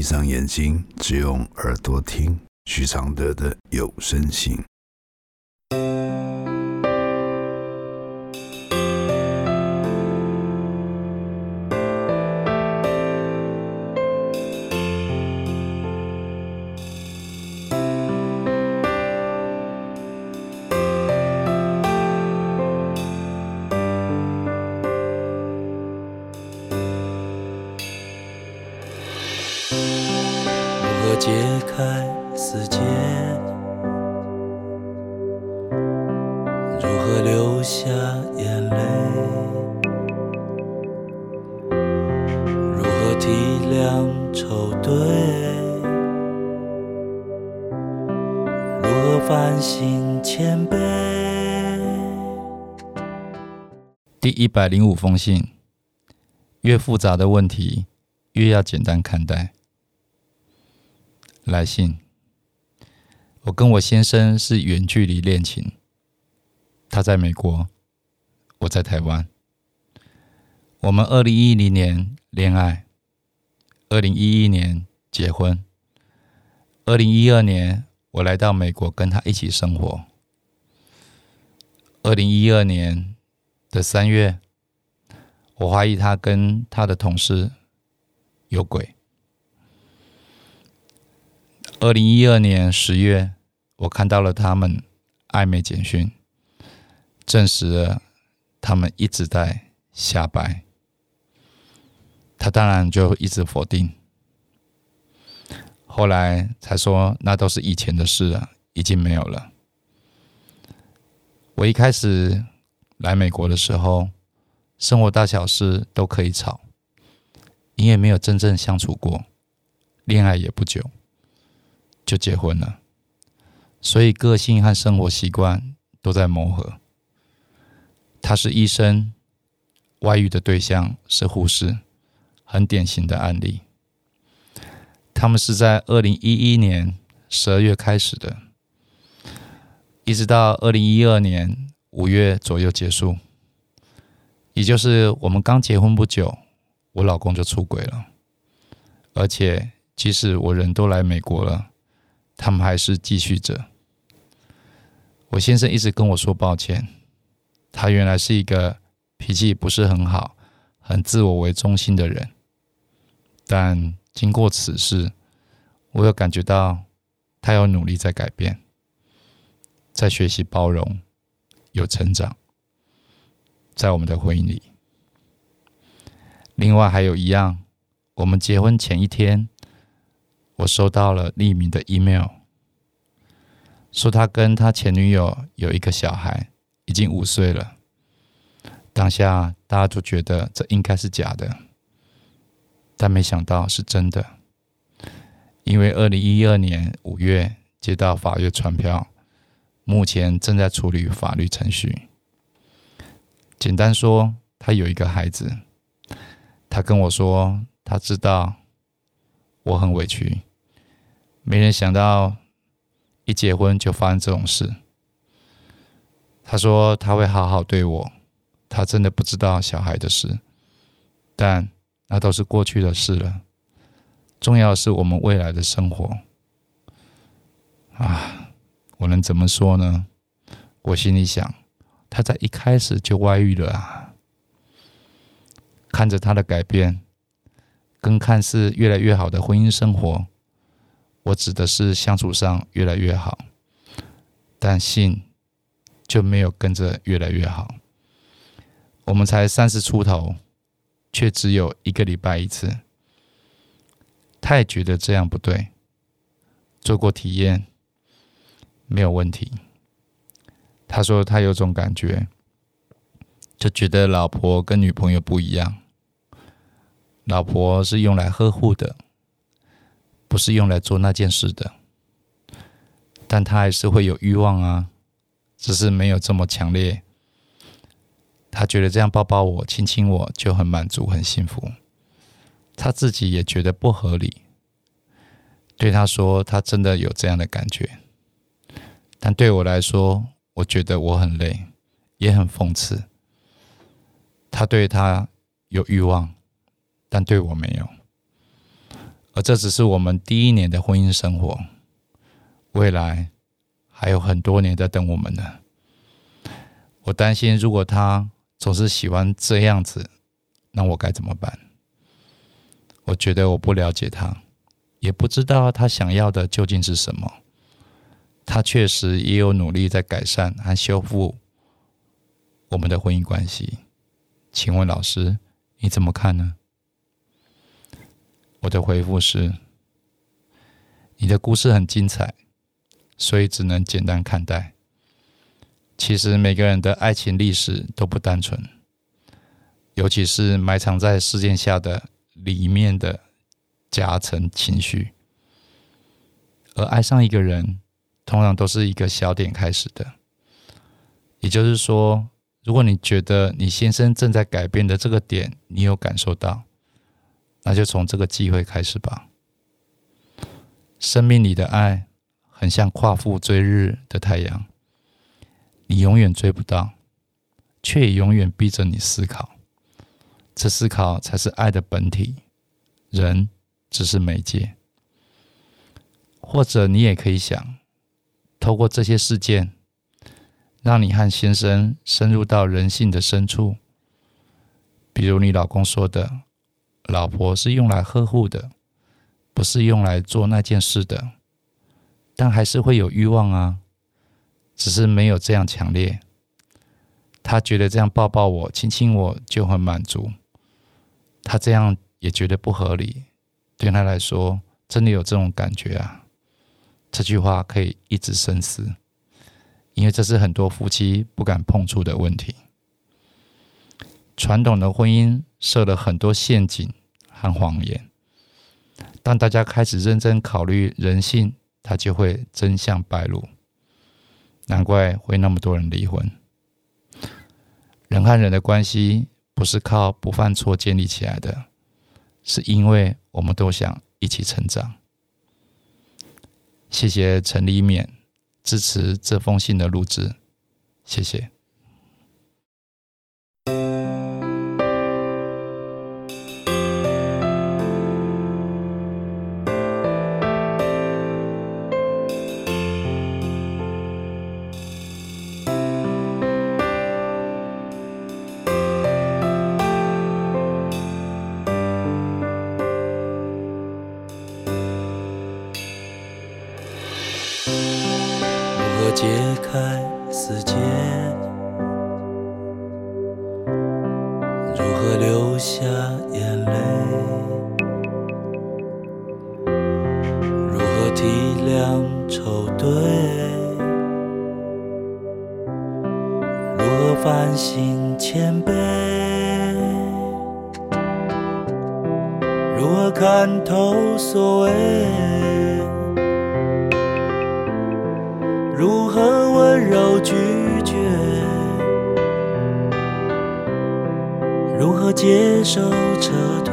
上眼睛，只用耳朵听许常德的有声信。 如何解开死结？如何流下眼泪？如何体谅愁对？如何反省谦卑？ 第105封信，越复杂的问题，越要简单看待。来信，我跟我先生是远距离恋情，他在美国，我在台湾。我们2010年恋爱，2011年结婚，2012年我来到美国跟他一起生活。2012年的3月，我怀疑他跟他的同事有鬼。2012年10月，我看到了他们暧昧简讯，证实了他们一直在瞎掰。他当然就一直否定，后来才说那都是以前的事了，已经没有了。我一开始来美国的时候，生活大小事都可以吵，因为没有真正相处过，恋爱也不久就结婚了，所以个性和生活习惯都在磨合。他是医生，外遇的对象是护士，很典型的案例。他们是在2011年12月开始的，一直到2012年5月左右结束，也就是我们刚结婚不久，我老公就出轨了。而且即使我人都来美国了，他们还是继续着。我先生一直跟我说抱歉，他原来是一个脾气不是很好、很自我为中心的人，但经过此事，我有感觉到他有努力在改变，在学习包容，有成长，在我们的婚姻里。另外还有一样，我们结婚前一天，我收到了匿名的 email， 说他跟他前女友有一个小孩，已经5岁了。当下大家都觉得这应该是假的，但没想到是真的。因为2012年5月接到法院传票，目前正在处理法律程序。简单说，他有一个孩子。他跟我说，他知道我很委屈，没人想到一结婚就发生这种事。他说他会好好对我，他真的不知道小孩的事，但那都是过去的事了。重要的是我们未来的生活。我能怎么说呢？我心里想，他在一开始就外遇了啊。看着他的改变，跟看似越来越好的婚姻生活，我指的是相处上越来越好，但性就没有跟着越来越好。我们才30出头，却只有1个礼拜1次。他也觉得这样不对，做过体验，没有问题。他说他有种感觉，就觉得老婆跟女朋友不一样。老婆是用来呵护的，不是用来做那件事的。但他还是会有欲望啊，只是没有这么强烈。他觉得这样抱抱我、亲亲我就很满足、很幸福。他自己也觉得不合理。对他说，他真的有这样的感觉。但对我来说，我觉得我很累，也很讽刺。他对他有欲望，但对我没有。 而这只是我们第1年的婚姻生活，未来还有很多年在等我们呢。我担心如果他总是喜欢这样子，那我该怎么办？我觉得我不了解他，也不知道他想要的究竟是什么。他确实也有努力在改善和修复我们的婚姻关系。请问老师，你怎么看呢？我的回复是，你的故事很精彩，所以只能简单看待。其实每个人的爱情历史都不单纯，尤其是埋藏在事件下的里面的夹层情绪。而爱上一个人，通常都是一个小点开始的。也就是说，如果你觉得你先生正在改变的这个点，你有感受到，那就从这个机会开始吧。生命里的爱很像夸父追日的太阳，你永远追不到，却也永远逼着你思考。这思考才是爱的本体，人只是媒介。或者你也可以想，透过这些事件，让你和先生深入到人性的深处。比如你老公说的，老婆是用来呵护的，不是用来做那件事的，但还是会有欲望啊，只是没有这样强烈。他觉得这样抱抱我、亲亲我就很满足，他这样也觉得不合理，对他来说真的有这种感觉啊。这句话可以一直深思，因为这是很多夫妻不敢碰触的问题。传统的婚姻设了很多陷阱和谎言，当大家开始认真考虑人性，它就会真相败露。难怪会那么多人离婚。人和人的关系不是靠不犯错建立起来的，是因为我们都想一起成长。谢谢陈立勉支持这封信的录制，谢谢。 如何解开死结？如何流下眼泪？如何体谅愁对？如何反省谦卑？如何看透所谓？如何温柔拒绝？如何接受撤退？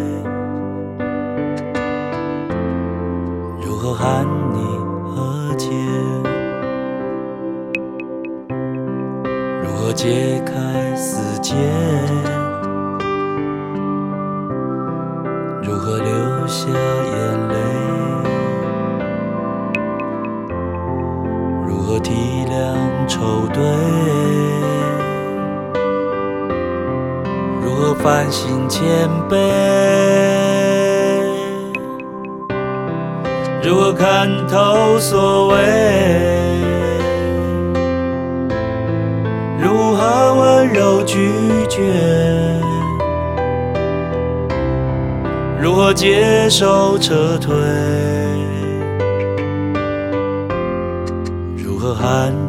如何和你和解？如何解开死结？如何流下眼泪？如何体谅愁对？如何反省谦卑？如何看透所谓？如何温柔拒绝？如何接受撤退？如何和